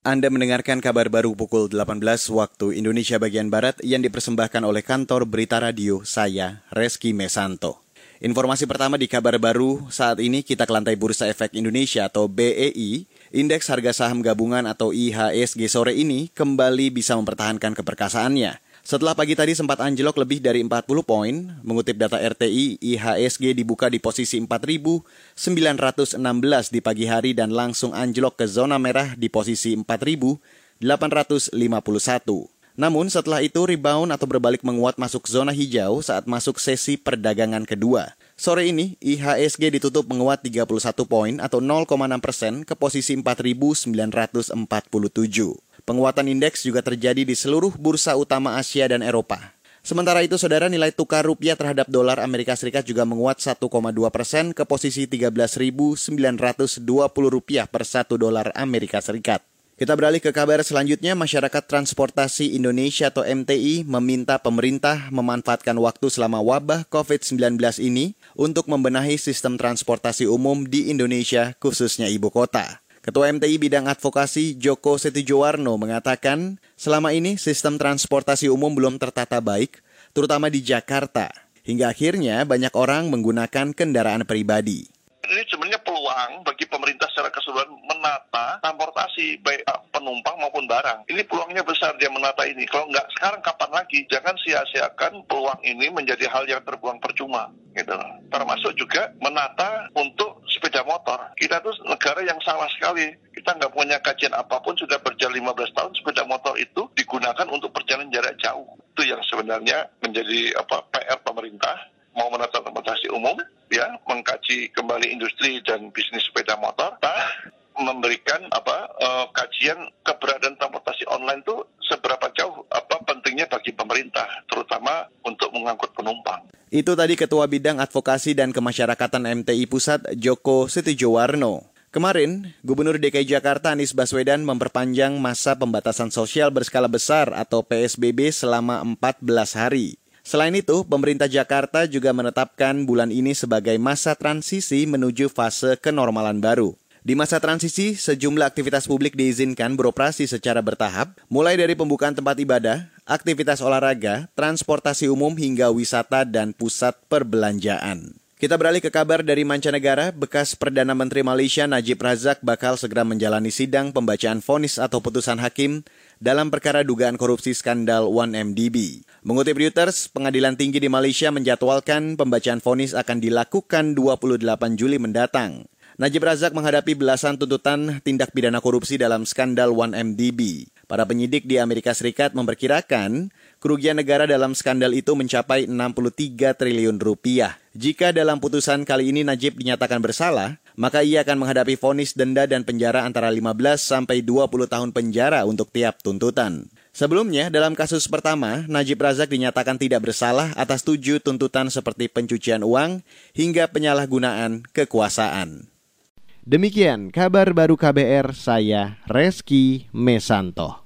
Anda mendengarkan kabar baru pukul 18 waktu Indonesia bagian Barat yang dipersembahkan oleh kantor Berita Radio saya, Reski Mesanto. Informasi pertama di kabar baru saat ini kita ke lantai Bursa Efek Indonesia atau BEI. Indeks harga saham gabungan atau IHSG sore ini kembali bisa mempertahankan keperkasaannya. Setelah pagi tadi sempat anjlok lebih dari 40 poin, mengutip data RTI, IHSG dibuka di posisi 4.916 di pagi hari dan langsung anjlok ke zona merah di posisi 4.851. Namun setelah itu rebound atau berbalik menguat masuk zona hijau saat masuk sesi perdagangan kedua. Sore ini, IHSG ditutup menguat 31 poin atau 0,6% ke posisi 4.947. Penguatan indeks juga terjadi di seluruh bursa utama Asia dan Eropa. Sementara itu, saudara, nilai tukar rupiah terhadap dolar Amerika Serikat juga menguat 1,2% ke posisi 13.920 rupiah per 1 dolar Amerika Serikat. Kita beralih ke kabar selanjutnya. Masyarakat Transportasi Indonesia atau MTI meminta pemerintah memanfaatkan waktu selama wabah COVID-19 ini untuk membenahi sistem transportasi umum di Indonesia, khususnya ibu kota. Ketua MTI Bidang Advokasi Joko Setijowarno mengatakan, selama ini sistem transportasi umum belum tertata baik, terutama di Jakarta. Hingga akhirnya banyak orang menggunakan kendaraan pribadi. Ini sebenarnya peluang bagi pemerintah secara keseluruhan menata transportasi baik penumpang maupun barang. Ini peluangnya besar dia menata ini. Kalau nggak sekarang kapan lagi? Jangan sia-siakan peluang ini menjadi hal yang terbuang percuma. Gitu. Termasuk juga menata untuk sepeda motor. Kita tuh negara yang salah sekali. Kita nggak punya kajian apapun, sudah berjalan 15 tahun sepeda motor itu digunakan untuk perjalanan jarak jauh. Itu yang sebenarnya menjadi PR pemerintah. Mau menata transportasi umum, ya, mengkaji kembali industri dan bisnis sepeda motor, memberikan kajian keberadaan transportasi online itu seberapa jauh pentingnya bagi pemerintah, terutama untuk mengangkut penumpang. Itu tadi Ketua Bidang Advokasi dan Kemasyarakatan MTI Pusat Joko Setijowarno. Kemarin, Gubernur DKI Jakarta Anies Baswedan memperpanjang masa pembatasan sosial berskala besar atau PSBB selama 14 hari. Selain itu, pemerintah Jakarta juga menetapkan bulan ini sebagai masa transisi menuju fase kenormalan baru. Di masa transisi, sejumlah aktivitas publik diizinkan beroperasi secara bertahap, mulai dari pembukaan tempat ibadah, aktivitas olahraga, transportasi umum hingga wisata dan pusat perbelanjaan. Kita beralih ke kabar dari mancanegara. Bekas Perdana Menteri Malaysia Najib Razak bakal segera menjalani sidang pembacaan vonis atau putusan hakim dalam perkara dugaan korupsi skandal 1MDB. Mengutip Reuters, Pengadilan Tinggi di Malaysia menjadwalkan pembacaan vonis akan dilakukan 28 Juli mendatang. Najib Razak menghadapi belasan tuntutan tindak pidana korupsi dalam skandal 1MDB. Para penyidik di Amerika Serikat memperkirakan kerugian negara dalam skandal itu mencapai 63 triliun rupiah. Jika dalam putusan kali ini Najib dinyatakan bersalah, maka ia akan menghadapi vonis denda dan penjara antara 15 sampai 20 tahun penjara untuk tiap tuntutan. Sebelumnya, dalam kasus pertama, Najib Razak dinyatakan tidak bersalah atas 7 tuntutan seperti pencucian uang hingga penyalahgunaan kekuasaan. Demikian kabar baru KBR, saya Reski Mesanto.